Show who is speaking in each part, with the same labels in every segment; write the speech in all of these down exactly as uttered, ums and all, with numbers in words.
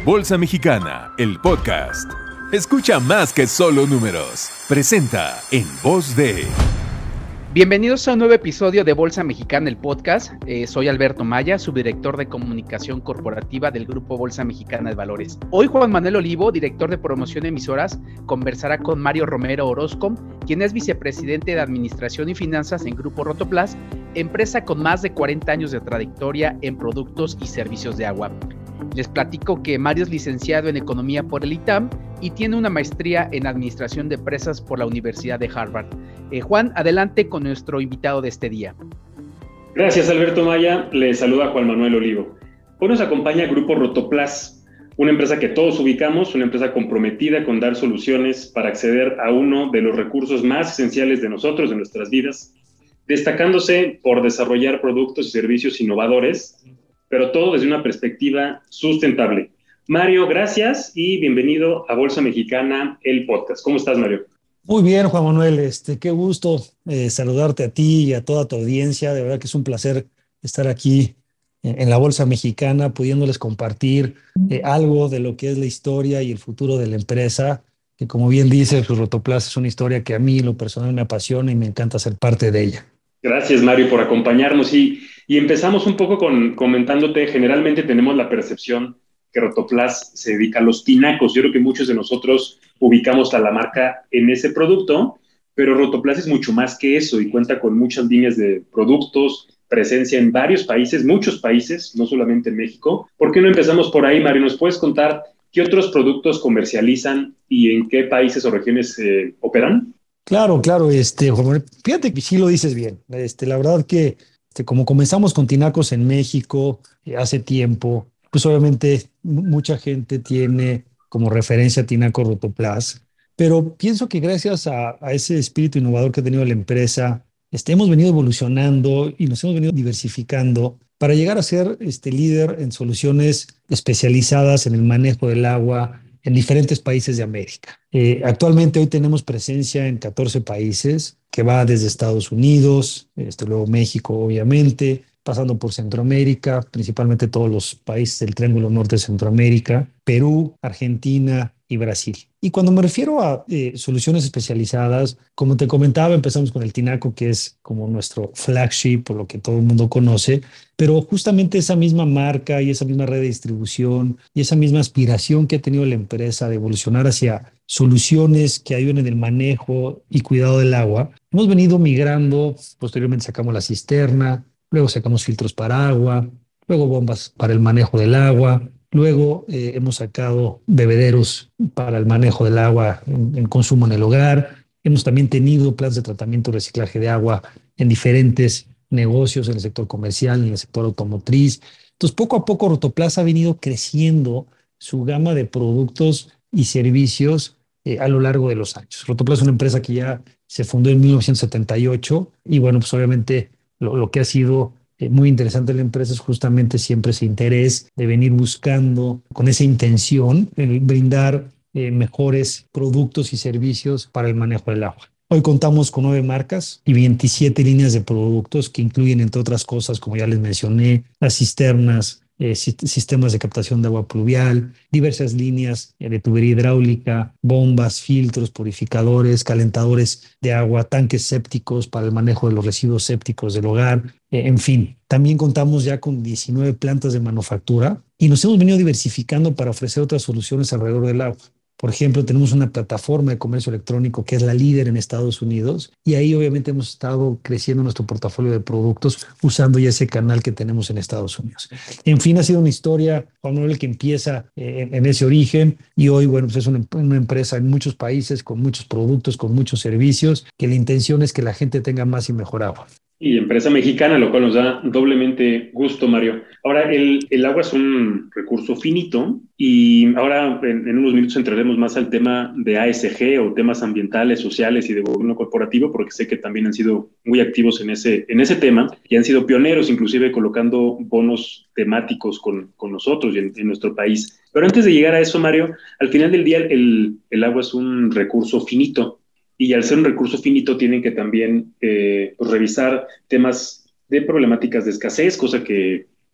Speaker 1: Bolsa Mexicana, el podcast. Escucha más que solo números. Presenta en voz de...
Speaker 2: Bienvenidos a un nuevo episodio de Bolsa Mexicana, el podcast. Eh, soy Alberto Maya, subdirector de comunicación corporativa del Grupo Bolsa Mexicana de Valores. Hoy Juan Manuel Olivo, director de promoción de emisoras, conversará con Mario Romero Orozco, quien es vicepresidente de Administración y Finanzas en Grupo Rotoplas, empresa con más de cuarenta años de trayectoria en productos y servicios de agua. Les platico que Mario es licenciado en Economía por el I T A M y tiene una maestría en Administración de Empresas por la Universidad de Harvard. Eh, Juan, adelante con nuestro invitado de este día.
Speaker 3: Gracias, Alberto Maya. Le saluda Juan Manuel Olivo. Hoy nos acompaña el Grupo Rotoplas, una empresa que todos ubicamos, una empresa comprometida con dar soluciones para acceder a uno de los recursos más esenciales de nosotros, de nuestras vidas, destacándose por desarrollar productos y servicios innovadores, pero todo desde una perspectiva sustentable. Mario, gracias y bienvenido a Bolsa Mexicana, el podcast. ¿Cómo estás, Mario?
Speaker 4: Muy bien, Juan Manuel. Este, qué gusto eh, saludarte a ti y a toda tu audiencia. De verdad que es un placer estar aquí en, en la Bolsa Mexicana, pudiéndoles compartir eh, algo de lo que es la historia y el futuro de la empresa, que como bien dice, pues, Rotoplas es una historia que a mí, en lo personal, me apasiona y me encanta ser parte de ella.
Speaker 3: Gracias, Mario, por acompañarnos. Y, y empezamos un poco con, comentándote, generalmente tenemos la percepción que Rotoplas se dedica a los tinacos. Yo creo que muchos de nosotros ubicamos a la marca en ese producto, pero Rotoplas es mucho más que eso y cuenta con muchas líneas de productos, presencia en varios países, muchos países, no solamente en México. ¿Por qué no empezamos por ahí, Mario? ¿Nos puedes contar qué otros productos comercializan y en qué países o regiones eh, operan?
Speaker 4: Claro, claro, este, Juan Manuel, fíjate que sí lo dices bien. Este, la verdad que este, como comenzamos con tinacos en México eh, hace tiempo, pues obviamente mucha gente tiene como referencia a Tinaco Rotoplas, pero pienso que gracias a, a ese espíritu innovador que ha tenido la empresa, este, hemos venido evolucionando y nos hemos venido diversificando para llegar a ser este, líder en soluciones especializadas en el manejo del agua en diferentes países de América. Eh, actualmente hoy tenemos presencia en catorce países, que va desde Estados Unidos, este, luego México obviamente, pasando por Centroamérica, principalmente todos los países del Triángulo Norte de Centroamérica, Perú, Argentina y Brasil. Y cuando me refiero a eh, soluciones especializadas, como te comentaba, empezamos con el tinaco, que es como nuestro flagship, por lo que todo el mundo conoce, pero justamente esa misma marca y esa misma red de distribución y esa misma aspiración que ha tenido la empresa de evolucionar hacia soluciones que ayuden en el manejo y cuidado del agua, hemos venido migrando. Posteriormente sacamos la cisterna, luego sacamos filtros para agua, luego bombas para el manejo del agua, luego eh, hemos sacado bebederos para el manejo del agua en, en consumo en el hogar. Hemos también tenido planes de tratamiento y reciclaje de agua en diferentes negocios, en el sector comercial, en el sector automotriz. Entonces, poco a poco Rotoplas ha venido creciendo su gama de productos y servicios eh, a lo largo de los años. Rotoplas es una empresa que ya se fundó en mil novecientos setenta y ocho y bueno, pues obviamente Lo, lo que ha sido eh, muy interesante en la empresa es justamente siempre ese interés de venir buscando con esa intención de brindar eh, mejores productos y servicios para el manejo del agua. Hoy contamos con nueve marcas y veintisiete líneas de productos que incluyen, entre otras cosas, como ya les mencioné, las cisternas, Eh, sistemas de captación de agua pluvial, diversas líneas eh, de tubería hidráulica, bombas, filtros, purificadores, calentadores de agua, tanques sépticos para el manejo de los residuos sépticos del hogar, eh, en fin. También contamos ya con diecinueve plantas de manufactura y nos hemos venido diversificando para ofrecer otras soluciones alrededor del agua. Por ejemplo, tenemos una plataforma de comercio electrónico que es la líder en Estados Unidos y ahí obviamente hemos estado creciendo nuestro portafolio de productos usando ya ese canal que tenemos en Estados Unidos. En fin, ha sido una historia, Juan Manuel, que empieza en, en ese origen y hoy, bueno, pues es una, una empresa en muchos países con muchos productos, con muchos servicios, que la intención es que la gente tenga más y mejor agua.
Speaker 3: Y empresa mexicana, lo cual nos da doblemente gusto, Mario. Ahora, el, el agua es un recurso finito y ahora en, en unos minutos entraremos más al tema de A S G o temas ambientales, sociales y de gobierno corporativo, porque sé que también han sido muy activos en ese, en ese tema y han sido pioneros, inclusive colocando bonos temáticos con, con nosotros y en, en nuestro país. Pero antes de llegar a eso, Mario, al final del día el, el agua es un recurso finito. Y al ser un recurso finito tienen que también eh, pues revisar temas de problemáticas de escasez, cosa que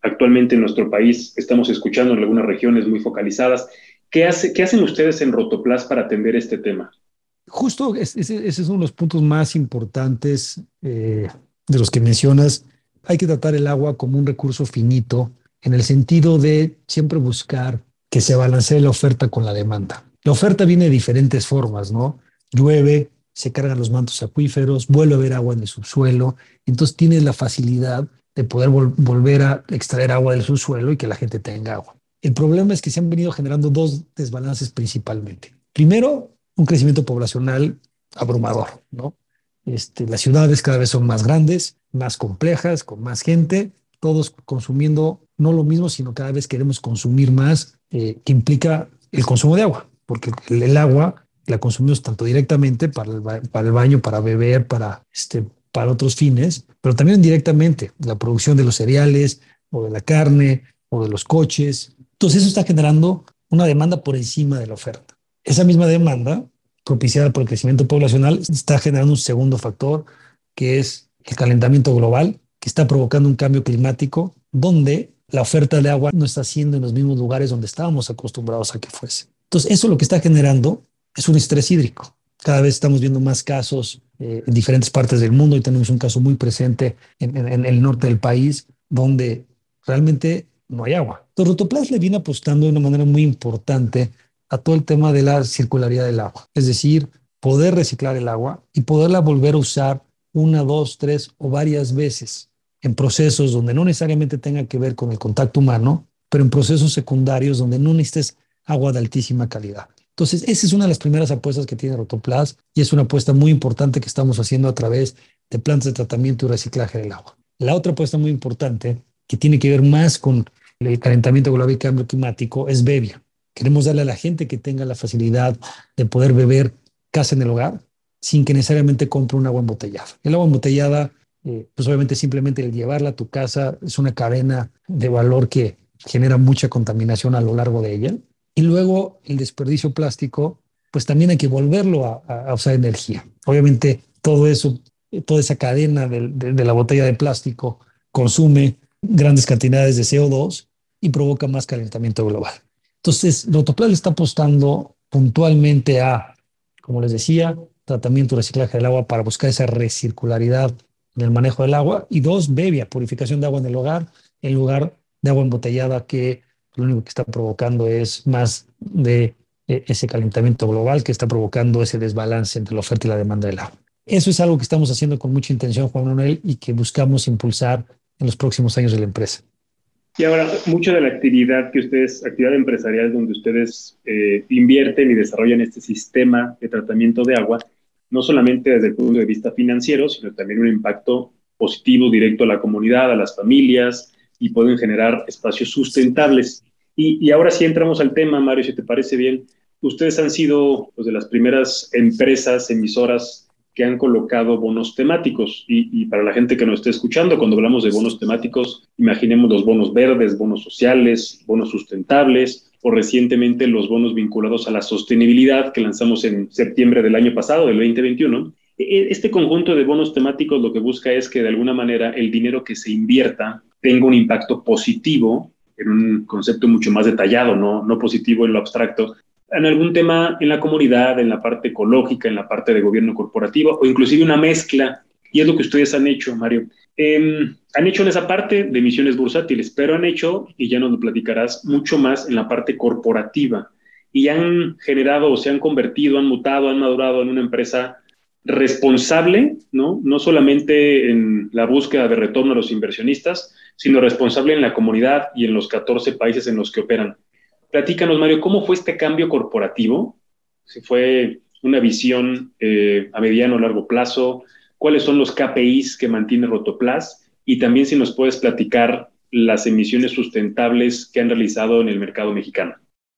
Speaker 3: actualmente en nuestro país estamos escuchando en algunas regiones muy focalizadas. ¿Qué, hace, qué hacen ustedes en Rotoplas para atender este tema?
Speaker 4: Justo ese, ese es uno de los puntos más importantes eh, de los que mencionas. Hay que tratar el agua como un recurso finito en el sentido de siempre buscar que se balancee la oferta con la demanda. La oferta viene de diferentes formas, ¿no? Llueve, se cargan los mantos acuíferos, vuelve a haber agua en el subsuelo, entonces tienes la facilidad de poder vol- volver a extraer agua del subsuelo y que la gente tenga agua. El problema es que se han venido generando dos desbalances principalmente. Primero, un crecimiento poblacional abrumador, ¿no? Este, las ciudades cada vez son más grandes, más complejas, con más gente, todos consumiendo no lo mismo, sino cada vez queremos consumir más, eh, que implica el consumo de agua, porque el, el agua la consumimos tanto directamente para el, ba- para el baño, para beber, para, este, para otros fines, pero también indirectamente, la producción de los cereales o de la carne o de los coches. Entonces eso está generando una demanda por encima de la oferta. Esa misma demanda, propiciada por el crecimiento poblacional, está generando un segundo factor, que es el calentamiento global, que está provocando un cambio climático donde la oferta de agua no está siendo en los mismos lugares donde estábamos acostumbrados a que fuese. Entonces, eso lo que está generando es un estrés hídrico. Cada vez estamos viendo más casos eh, en diferentes partes del mundo y tenemos un caso muy presente en, en, en el norte del país donde realmente no hay agua. Entonces, Rotoplas le viene apostando de una manera muy importante a todo el tema de la circularidad del agua, es decir, poder reciclar el agua y poderla volver a usar una, dos, tres o varias veces en procesos donde no necesariamente tenga que ver con el contacto humano, pero en procesos secundarios donde no necesites agua de altísima calidad. Entonces, esa es una de las primeras apuestas que tiene Rotoplas y es una apuesta muy importante que estamos haciendo a través de plantas de tratamiento y reciclaje del agua. La otra apuesta muy importante, que tiene que ver más con el calentamiento global y cambio climático, es Bebbia. Queremos darle a la gente que tenga la facilidad de poder beber casa en el hogar sin que necesariamente compre un agua embotellada. El agua embotellada, eh, pues obviamente simplemente el llevarla a tu casa es una cadena de valor que genera mucha contaminación a lo largo de ella. Y luego el desperdicio plástico, pues también hay que volverlo a, a, a usar energía. Obviamente todo eso, toda esa cadena de, de, de la botella de plástico consume grandes cantidades de C O dos y provoca más calentamiento global. Entonces, Rotoplas le está apostando puntualmente a, como les decía, tratamiento y reciclaje del agua para buscar esa recircularidad en el manejo del agua. Y dos, Bebbia, purificación de agua en el hogar, en lugar de agua embotellada que lo único que está provocando es más de eh, ese calentamiento global que está provocando ese desbalance entre la oferta y la demanda del agua. Eso es algo que estamos haciendo con mucha intención, Juan Manuel, y que buscamos impulsar en los próximos años de la empresa.
Speaker 3: Y ahora, mucho de la actividad que ustedes, actividad empresarial donde ustedes eh, invierten y desarrollan este sistema de tratamiento de agua, no solamente desde el punto de vista financiero, sino también un impacto positivo directo a la comunidad, a las familias, y pueden generar espacios sustentables. Y, y ahora sí entramos al tema, Mario, si te parece bien. Ustedes han sido pues, de las primeras empresas emisoras que han colocado bonos temáticos. Y, y para la gente que nos esté escuchando, cuando hablamos de bonos temáticos, imaginemos los bonos verdes, bonos sociales, bonos sustentables, o recientemente los bonos vinculados a la sostenibilidad que lanzamos en septiembre del año pasado, del veinte veintiuno. Este conjunto de bonos temáticos lo que busca es que de alguna manera el dinero que se invierta tenga un impacto positivo, en un concepto mucho más detallado, no, no positivo en lo abstracto, en algún tema en la comunidad, en la parte ecológica, en la parte de gobierno corporativo, o inclusive una mezcla, y es lo que ustedes han hecho, Mario. Eh, han hecho en esa parte de emisiones bursátiles, pero han hecho, y ya nos lo platicarás, mucho más en la parte corporativa, y han generado o se han convertido, han mutado, han madurado en una empresa responsable, ¿no? No solamente en la búsqueda de retorno a los inversionistas, sino responsable en la comunidad y en los catorce países en los que operan. Platícanos, Mario, ¿cómo fue este cambio corporativo? ¿Si fue una visión eh, a mediano o largo plazo? ¿Cuáles son los K P Is que mantiene Rotoplas? Y también si nos puedes platicar las emisiones sustentables que han realizado en el mercado mexicano.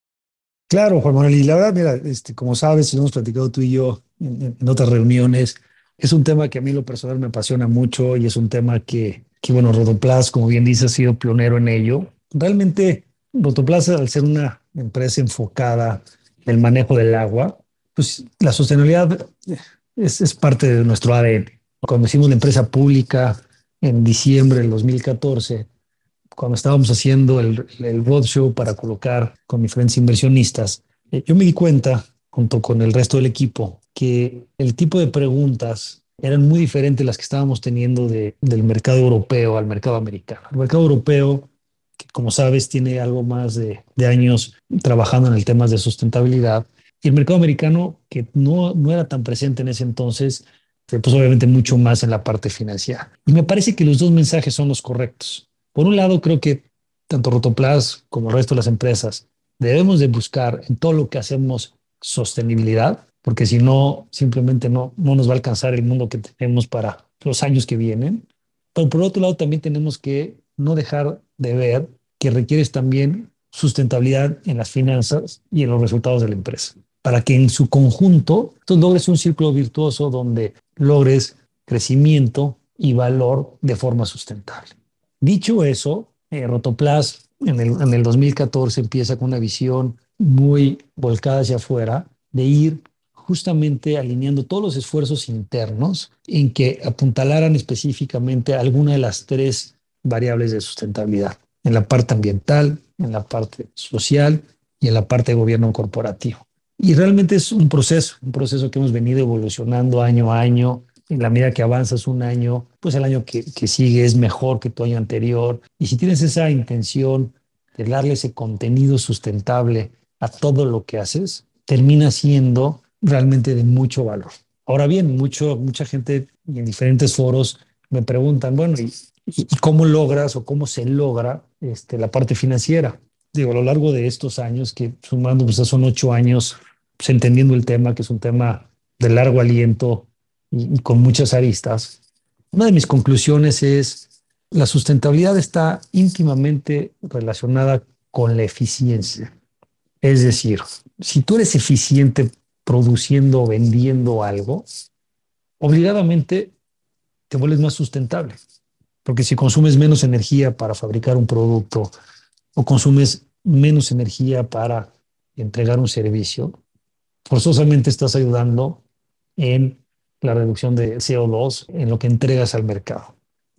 Speaker 4: Claro, Juan Manuel, y la verdad, mira, este, como sabes, lo hemos platicado tú y yo en, en otras reuniones, es un tema que a mí en lo personal me apasiona mucho y es un tema que, que bueno, Rotoplas, como bien dice, ha sido pionero en ello. Realmente, Rotoplas, al ser una empresa enfocada en el manejo del agua, pues la sostenibilidad es, es parte de nuestro A D N. Cuando hicimos la empresa pública en diciembre del dos mil catorce, cuando estábamos haciendo el, el roadshow para colocar con diferentes inversionistas, eh, yo me di cuenta, junto con el resto del equipo, que el tipo de preguntas eran muy diferentes las que estábamos teniendo de, del mercado europeo al mercado americano. El mercado europeo, que como sabes, tiene algo más de, de años trabajando en el tema de sustentabilidad, y el mercado americano, que no, no era tan presente en ese entonces, pues obviamente mucho más en la parte financiera. Y me parece que los dos mensajes son los correctos. Por un lado, creo que tanto Rotoplas como el resto de las empresas debemos de buscar en todo lo que hacemos sostenibilidad, porque si no, simplemente no, no nos va a alcanzar el mundo que tenemos para los años que vienen. Pero por otro lado, también tenemos que no dejar de ver que requieres también sustentabilidad en las finanzas y en los resultados de la empresa, para que en su conjunto tú logres un círculo virtuoso donde logres crecimiento y valor de forma sustentable. Dicho eso, eh, Rotoplas en el, en el dos mil catorce empieza con una visión muy volcada hacia afuera de ir justamente alineando todos los esfuerzos internos en que apuntalaran específicamente alguna de las tres variables de sustentabilidad, en la parte ambiental, en la parte social y en la parte de gobierno corporativo. Y realmente es un proceso, un proceso que hemos venido evolucionando año a año. En la medida que avanzas un año, pues el año que, que sigue es mejor que tu año anterior. Y si tienes esa intención de darle ese contenido sustentable a todo lo que haces, termina siendo realmente de mucho valor. Ahora bien, mucho, mucha gente en diferentes foros me preguntan, bueno, ¿y, y cómo logras o cómo se logra este, la parte financiera? Digo, a lo largo de estos años, que sumando, pues son ocho años, pues entendiendo el tema, que es un tema de largo aliento y, y con muchas aristas, una de mis conclusiones es la sustentabilidad está íntimamente relacionada con la eficiencia. Es decir, si tú eres eficiente produciendo o vendiendo algo, obligadamente te vuelves más sustentable. Porque si consumes menos energía para fabricar un producto o consumes menos energía para entregar un servicio, forzosamente estás ayudando en la reducción de C O dos en lo que entregas al mercado.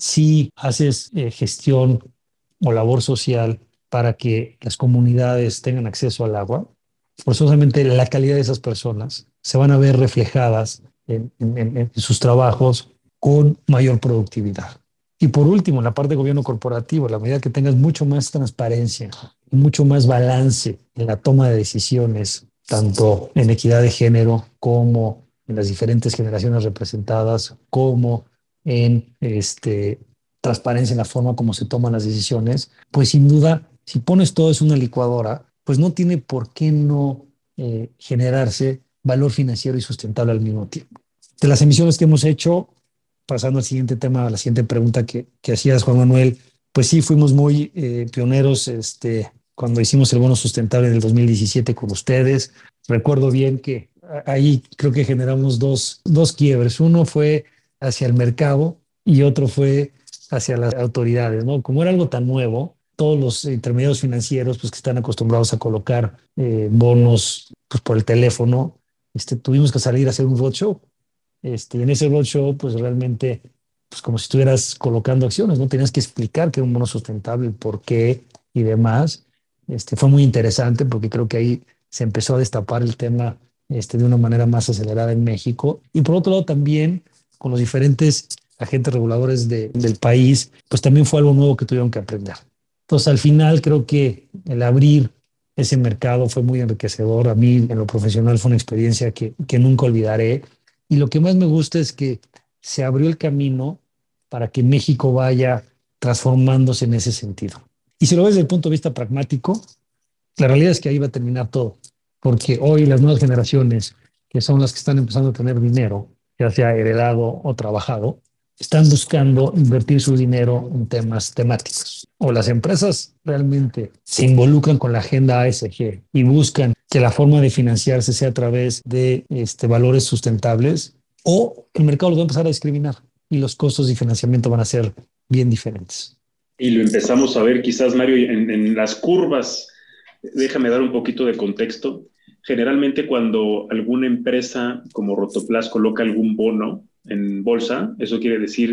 Speaker 4: Si haces eh, gestión o labor social para que las comunidades tengan acceso al agua, forzosamente la calidad de esas personas se van a ver reflejadas en, en, en sus trabajos con mayor productividad. Y por último, en la parte de gobierno corporativo, a la medida que tengas mucho más transparencia y mucho más balance en la toma de decisiones, tanto en equidad de género como en las diferentes generaciones representadas, como en este, transparencia en la forma como se toman las decisiones, pues sin duda, si pones todo eso en una licuadora, pues no tiene por qué no eh, generarse valor financiero y sustentable al mismo tiempo. De las emisiones que hemos hecho, pasando al siguiente tema, a la siguiente pregunta que, que hacías, Juan Manuel, pues sí, fuimos muy eh, pioneros este, cuando hicimos el bono sustentable en el dos mil diecisiete con ustedes. Recuerdo bien que ahí creo que generamos dos, dos quiebres. Uno fue hacia el mercado y otro fue hacia las autoridades, ¿no? Como era algo tan nuevo, todos los intermediarios financieros pues, que están acostumbrados a colocar eh, bonos pues, por el teléfono, este, tuvimos que salir a hacer un roadshow. Este, y en ese roadshow, pues realmente, pues como si estuvieras colocando acciones, ¿no? Tenías que explicar que era un bono sustentable, el por qué y demás. Este, fue muy interesante porque creo que ahí se empezó a destapar el tema este, de una manera más acelerada en México. Y por otro lado también, con los diferentes agentes reguladores de, del país, pues también fue algo nuevo que tuvieron que aprender. Entonces, al final creo que el abrir ese mercado fue muy enriquecedor. A mí, en lo profesional, fue una experiencia que, que nunca olvidaré. Y lo que más me gusta es que se abrió el camino para que México vaya transformándose en ese sentido. Y si lo ves desde el punto de vista pragmático, la realidad es que ahí va a terminar todo, porque hoy las nuevas generaciones, que son las que están empezando a tener dinero, ya sea heredado o trabajado, están buscando invertir su dinero en temas temáticos. O las empresas realmente se involucran con la agenda A S G y buscan que la forma de financiarse sea a través de este, valores sustentables, o el mercado los va a empezar a discriminar y los costos de financiamiento van a ser bien diferentes.
Speaker 3: Y lo empezamos a ver quizás, Mario, en, en las curvas. Déjame dar un poquito de contexto. Generalmente cuando alguna empresa como Rotoplas coloca algún bono en bolsa, eso quiere decir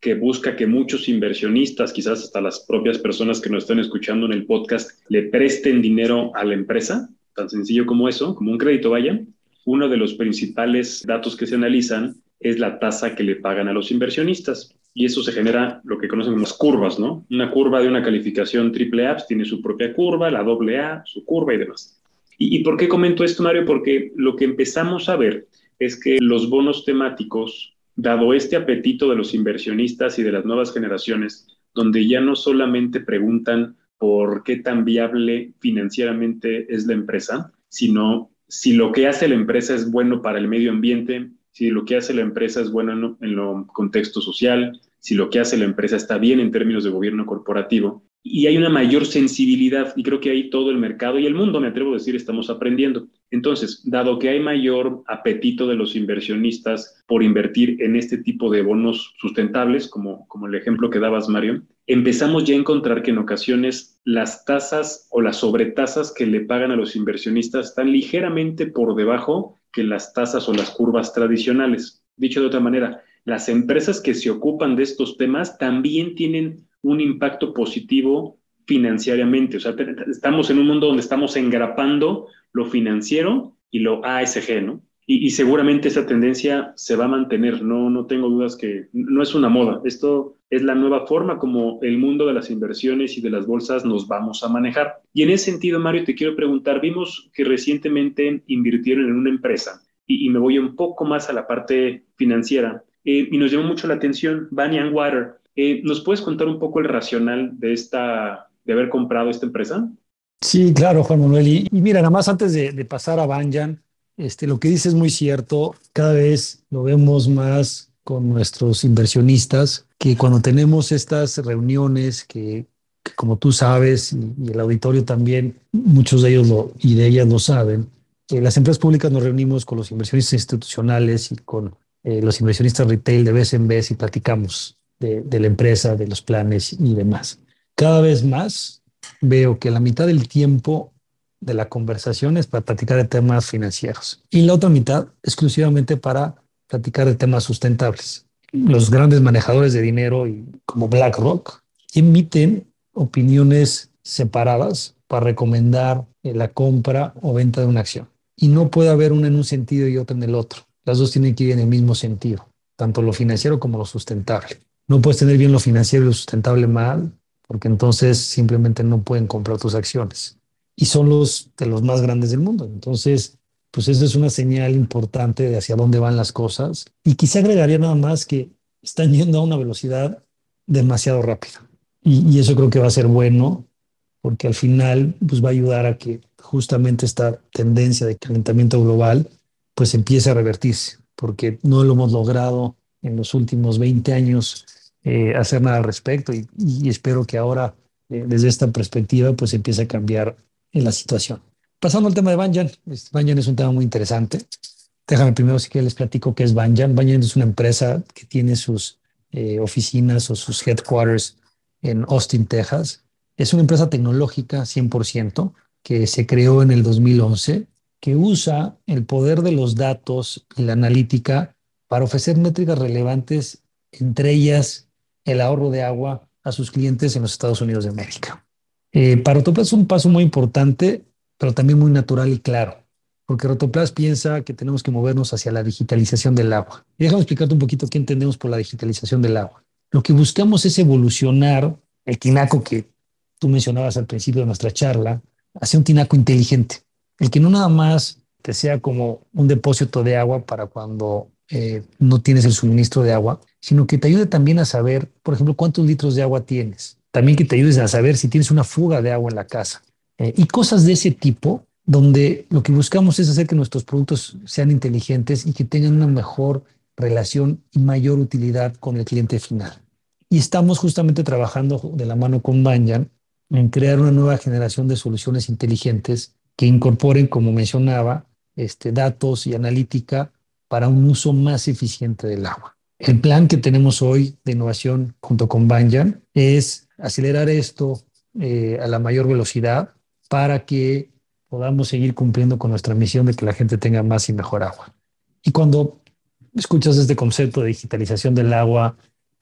Speaker 3: que busca que muchos inversionistas, quizás hasta las propias personas que nos están escuchando en el podcast, le presten dinero a la empresa, tan sencillo como eso, como un crédito vaya. Uno de los principales datos que se analizan es la tasa que le pagan a los inversionistas. Y eso se genera lo que conocen como las curvas, ¿no? Una curva de una calificación triple A pues, tiene su propia curva, la doble A, su curva y demás. ¿Y, ¿Y por qué comento esto, Mario? Porque lo que empezamos a ver es que los bonos temáticos, dado este apetito de los inversionistas y de las nuevas generaciones, donde ya no solamente preguntan por qué tan viable financieramente es la empresa, sino si lo que hace la empresa es bueno para el medio ambiente, si lo que hace la empresa es bueno en, en lo contexto social, si lo que hace la empresa está bien en términos de gobierno corporativo. Y hay una mayor sensibilidad, y creo que ahí todo el mercado y el mundo, me atrevo a decir, estamos aprendiendo. Entonces, dado que hay mayor apetito de los inversionistas por invertir en este tipo de bonos sustentables, como, como el ejemplo que dabas, Mario, empezamos ya a encontrar que en ocasiones las tasas o las sobretasas que le pagan a los inversionistas están ligeramente por debajo que las tasas o las curvas tradicionales. Dicho de otra manera, las empresas que se ocupan de estos temas también tienen un impacto positivo financieramente. O sea, estamos en un mundo donde estamos engrapando lo financiero y lo A S G, ¿no? Y, y seguramente esa tendencia se va a mantener. No, no tengo dudas que no es una moda. Esto es la nueva forma como el mundo de las inversiones y de las bolsas nos vamos a manejar. Y en ese sentido, Mario, te quiero preguntar, vimos que recientemente invirtieron en una empresa y, y me voy un poco más a la parte financiera eh, y nos llamó mucho la atención, Banyan Water. Eh, ¿Nos puedes contar un poco el racional de, esta, de haber comprado esta empresa?
Speaker 4: Sí, claro, Juan Manuel. Y, y mira, nada más antes de, de pasar a Banyan, este, lo que dices es muy cierto. Cada vez lo vemos más con nuestros inversionistas, que cuando tenemos estas reuniones, que, que como tú sabes, y, y el auditorio también, muchos de ellos lo, y de ellas lo saben, que las empresas públicas nos reunimos con los inversionistas institucionales y con eh, los inversionistas retail de vez en vez y platicamos de, de la empresa, de los planes y demás. Cada vez más veo que la mitad del tiempo de la conversación es para platicar de temas financieros y la otra mitad exclusivamente para platicar de temas sustentables. Los grandes manejadores de dinero y como BlackRock emiten opiniones separadas para recomendar la compra o venta de una acción. Y no puede haber una en un sentido y otra en el otro. Las dos tienen que ir en el mismo sentido, tanto lo financiero como lo sustentable. No puedes tener bien lo financiero y lo sustentable mal, porque entonces simplemente no pueden comprar tus acciones. Y son los de los más grandes del mundo. Entonces, pues eso es una señal importante de hacia dónde van las cosas. Y quizá agregaría nada más que están yendo a una velocidad demasiado rápida. Y, y eso creo que va a ser bueno, porque al final pues va a ayudar a que justamente esta tendencia de calentamiento global pues empiece a revertirse, porque no lo hemos logrado en los últimos veinte años eh, hacer nada al respecto y, y espero que ahora eh, desde esta perspectiva pues empiece a cambiar en la situación. Pasando al tema de Banyan, este, Banyan es un tema muy interesante. Déjame primero si quieres les platico qué es Banyan. Banyan es una empresa que tiene sus eh, oficinas o sus headquarters en Austin, Texas. Es una empresa tecnológica cien por ciento que se creó en el dos mil once, que usa el poder de los datos y la analítica para ofrecer métricas relevantes, entre ellas el ahorro de agua a sus clientes en los Estados Unidos de América. Eh, para Rotoplas es un paso muy importante, pero también muy natural y claro, porque Rotoplas piensa que tenemos que movernos hacia la digitalización del agua. Y déjame explicarte un poquito qué entendemos por la digitalización del agua. Lo que buscamos es evolucionar el tinaco que tú mencionabas al principio de nuestra charla hacia un tinaco inteligente. El que no nada más te sea como un depósito de agua para cuando eh, no tienes el suministro de agua, sino que te ayude también a saber, por ejemplo, cuántos litros de agua tienes. También que te ayudes a saber si tienes una fuga de agua en la casa. Eh, y cosas de ese tipo, donde lo que buscamos es hacer que nuestros productos sean inteligentes y que tengan una mejor relación y mayor utilidad con el cliente final. Y estamos justamente trabajando de la mano con Banyan en crear una nueva generación de soluciones inteligentes que incorporen, como mencionaba, este, datos y analítica para un uso más eficiente del agua. El plan que tenemos hoy de innovación junto con Banyan es acelerar esto eh, a la mayor velocidad para que podamos seguir cumpliendo con nuestra misión de que la gente tenga más y mejor agua. Y cuando escuchas este concepto de digitalización del agua,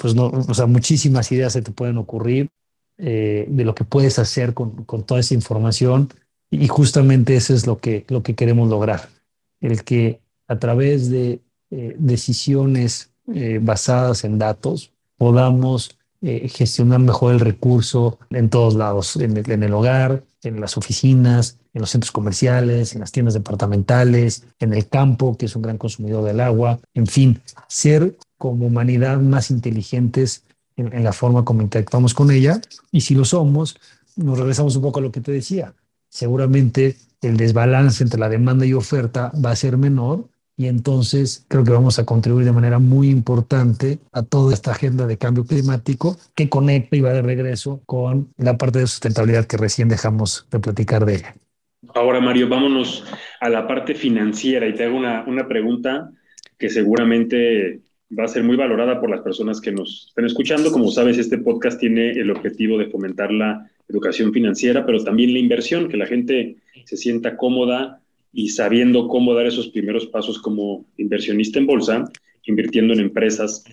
Speaker 4: pues no, o sea, muchísimas ideas se te pueden ocurrir eh, de lo que puedes hacer con, con toda esa información y justamente eso es lo que, lo que queremos lograr, el que a través de eh, decisiones eh, basadas en datos podamos eh, gestionar mejor el recurso en todos lados, en el, en el hogar, en las oficinas, en los centros comerciales, en las tiendas departamentales, en el campo, que es un gran consumidor del agua, en fin, ser como humanidad más inteligentes en, en la forma como interactuamos con ella. Y si lo somos, nos regresamos un poco a lo que te decía. Seguramente el desbalance entre la demanda y oferta va a ser menor y entonces creo que vamos a contribuir de manera muy importante a toda esta agenda de cambio climático que conecta y va de regreso con la parte de sustentabilidad que recién dejamos de platicar de ella.
Speaker 3: Ahora, Mario, vámonos a la parte financiera y te hago una, una pregunta que seguramente va a ser muy valorada por las personas que nos estén escuchando. Como sabes, este podcast tiene el objetivo de fomentar la educación financiera, pero también la inversión, que la gente se sienta cómoda y sabiendo cómo dar esos primeros pasos como inversionista en bolsa, invirtiendo en empresas.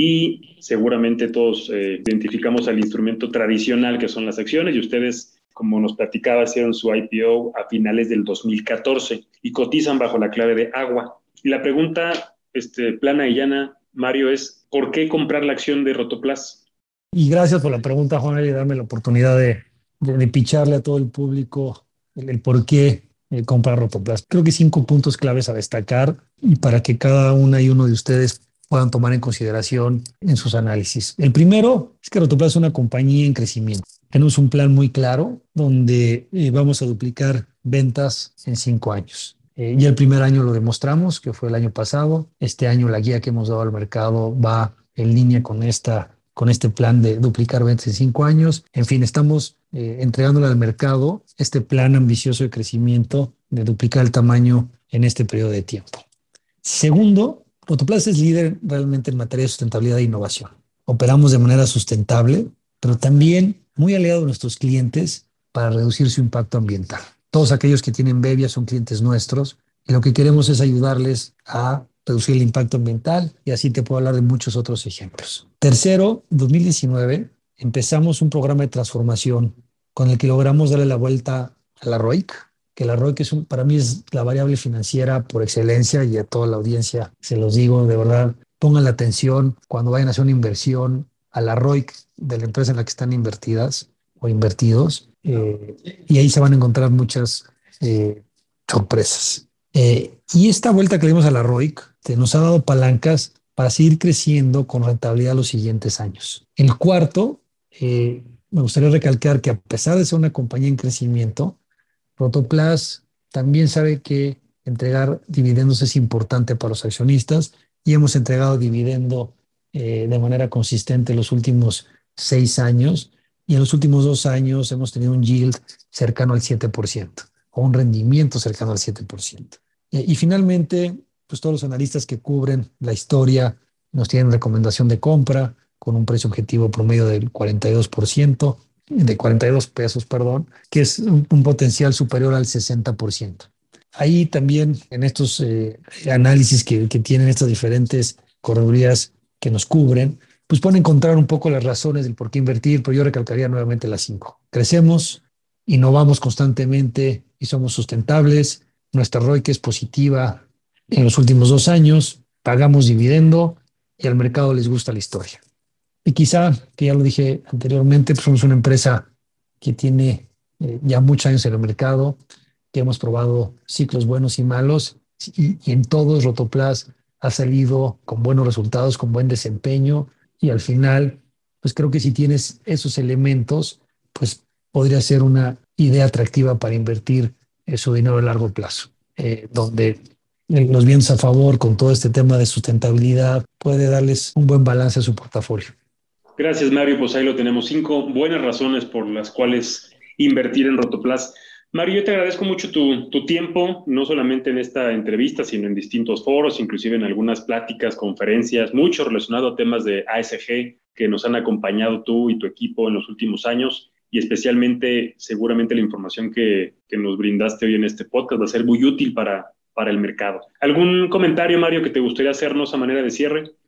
Speaker 3: Y seguramente todos eh, identificamos al instrumento tradicional que son las acciones y ustedes, como nos platicaba, hicieron su I P O a finales del dos mil catorce y cotizan bajo la clave de agua. Y la pregunta este, plana y llana, Mario, es ¿por qué comprar la acción de Rotoplas?
Speaker 4: Y gracias por la pregunta, Juan, y darme la oportunidad de, de, de picharle a todo el público el, el por qué eh, comprar Rotoplas. Creo que cinco puntos claves a destacar y para que cada una y uno de ustedes puedan tomar en consideración en sus análisis. El primero es que Rotoplas es una compañía en crecimiento. Tenemos un plan muy claro donde eh, vamos a duplicar ventas en cinco años. Eh, ya el primer año lo demostramos, que fue el año pasado. Este año la guía que hemos dado al mercado va en línea con, esta, con este plan de duplicar ventas en cinco años. En fin, estamos eh, entregándole al mercado este plan ambicioso de crecimiento de duplicar el tamaño en este periodo de tiempo. Segundo, Rotoplas es líder realmente en materia de sustentabilidad e innovación. Operamos de manera sustentable, pero también muy aliado a nuestros clientes para reducir su impacto ambiental. Todos aquellos que tienen Bebbia son clientes nuestros y lo que queremos es ayudarles a reducir el impacto ambiental y así te puedo hablar de muchos otros ejemplos. Tercero, en dos mil diecinueve empezamos un programa de transformación con el que logramos darle la vuelta a la R O I C, que la R O I C es un, para mí es la variable financiera por excelencia y a toda la audiencia se los digo de verdad, pongan la atención cuando vayan a hacer una inversión a la R O I C de la empresa en la que están invertidas o invertidos eh, y ahí se van a encontrar muchas eh, sorpresas. Eh, y esta vuelta que le dimos a la R O I C nos ha dado palancas para seguir creciendo con rentabilidad los siguientes años. El cuarto, eh, me gustaría recalcar que a pesar de ser una compañía en crecimiento, Rotoplas también sabe que entregar dividendos es importante para los accionistas y hemos entregado dividendo eh, de manera consistente los últimos seis años y en los últimos dos años hemos tenido un yield cercano al siete por ciento o un rendimiento cercano al siete por ciento. Eh, y finalmente, pues todos los analistas que cubren la historia nos tienen recomendación de compra con un precio objetivo promedio del cuarenta y dos por ciento, de cuarenta y dos pesos, perdón, que es un, un potencial superior al sesenta por ciento. Ahí también en estos eh, análisis que, que tienen estas diferentes corredurías que nos cubren, pues pueden encontrar un poco las razones del por qué invertir, pero yo recalcaría nuevamente las cinco. Crecemos, innovamos constantemente y somos sustentables. Nuestra R O I C es positiva en los últimos dos años, pagamos dividendo y al mercado les gusta la historia. Y quizá, que ya lo dije anteriormente, pues somos una empresa que tiene eh, ya muchos años en el mercado, que hemos probado ciclos buenos y malos, y, y en todos Rotoplas ha salido con buenos resultados, con buen desempeño, y al final, pues creo que si tienes esos elementos, pues podría ser una idea atractiva para invertir eh, su dinero a largo plazo, eh, donde eh, los bienes a favor con todo este tema de sustentabilidad puede darles un buen balance a su portafolio.
Speaker 3: Gracias, Mario. Pues ahí lo tenemos. Cinco buenas razones por las cuales invertir en Rotoplas. Mario, yo te agradezco mucho tu, tu tiempo, no solamente en esta entrevista, sino en distintos foros, inclusive en algunas pláticas, conferencias, mucho relacionado a temas de A S G que nos han acompañado tú y tu equipo en los últimos años y especialmente seguramente la información que, que nos brindaste hoy en este podcast va a ser muy útil para, para el mercado. ¿Algún comentario, Mario, que te gustaría hacernos a manera de cierre?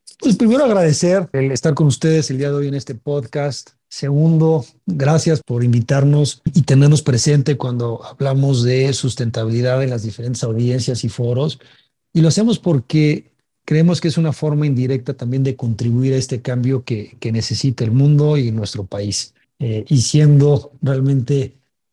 Speaker 4: Pues primero agradecer el estar con ustedes el día de hoy en este podcast. Segundo, gracias por invitarnos y tenernos presente cuando hablamos de sustentabilidad en las diferentes audiencias y foros. Y lo hacemos porque creemos que es una forma indirecta también de contribuir a este cambio que, que necesita el mundo y nuestro país. Eh, y siendo realmente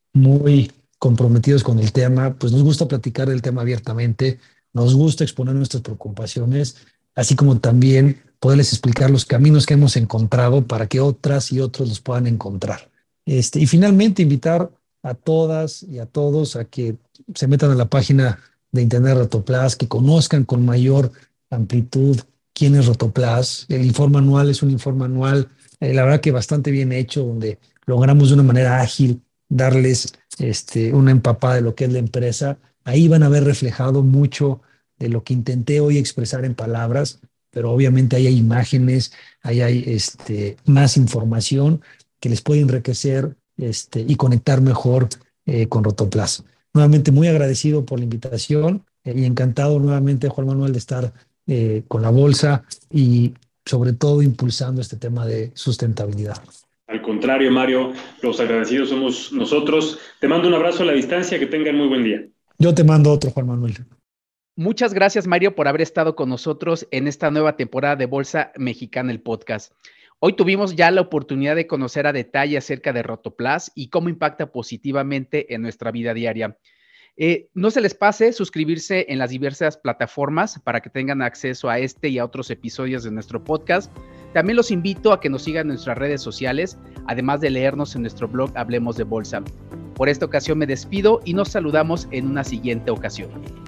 Speaker 4: muy comprometidos con el tema, pues nos gusta platicar del tema abiertamente, nos gusta exponer nuestras preocupaciones, así como también poderles explicar los caminos que hemos encontrado para que otras y otros los puedan encontrar. Este, y finalmente invitar a todas y a todos a que se metan a la página de internet Rotoplas, que conozcan con mayor amplitud quién es Rotoplas. El informe anual es un informe anual, eh, la verdad que bastante bien hecho, donde logramos de una manera ágil darles este, una empapada de lo que es la empresa. Ahí van a ver reflejado mucho de lo que intenté hoy expresar en palabras, pero obviamente ahí hay imágenes, ahí hay este, más información que les puede enriquecer este, y conectar mejor eh, con Rotoplas. Nuevamente muy agradecido por la invitación eh, y encantado nuevamente, Juan Manuel, de estar eh, con la bolsa y sobre todo impulsando este tema de sustentabilidad.
Speaker 3: Al contrario, Mario, los agradecidos somos nosotros. Te mando un abrazo a la distancia, que tengan muy buen día.
Speaker 4: Yo te mando otro, Juan Manuel.
Speaker 2: Muchas gracias, Mario, por haber estado con nosotros en esta nueva temporada de Bolsa Mexicana, el podcast. Hoy tuvimos ya la oportunidad de conocer a detalle acerca de Rotoplas y cómo impacta positivamente en nuestra vida diaria. Eh, no se les pase suscribirse en las diversas plataformas para que tengan acceso a este y a otros episodios de nuestro podcast. También los invito a que nos sigan en nuestras redes sociales, además de leernos en nuestro blog Hablemos de Bolsa. Por esta ocasión me despido y nos saludamos en una siguiente ocasión.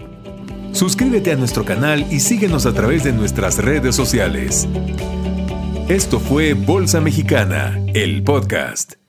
Speaker 1: Suscríbete a nuestro canal y síguenos a través de nuestras redes sociales. Esto fue Bolsa Mexicana, el podcast.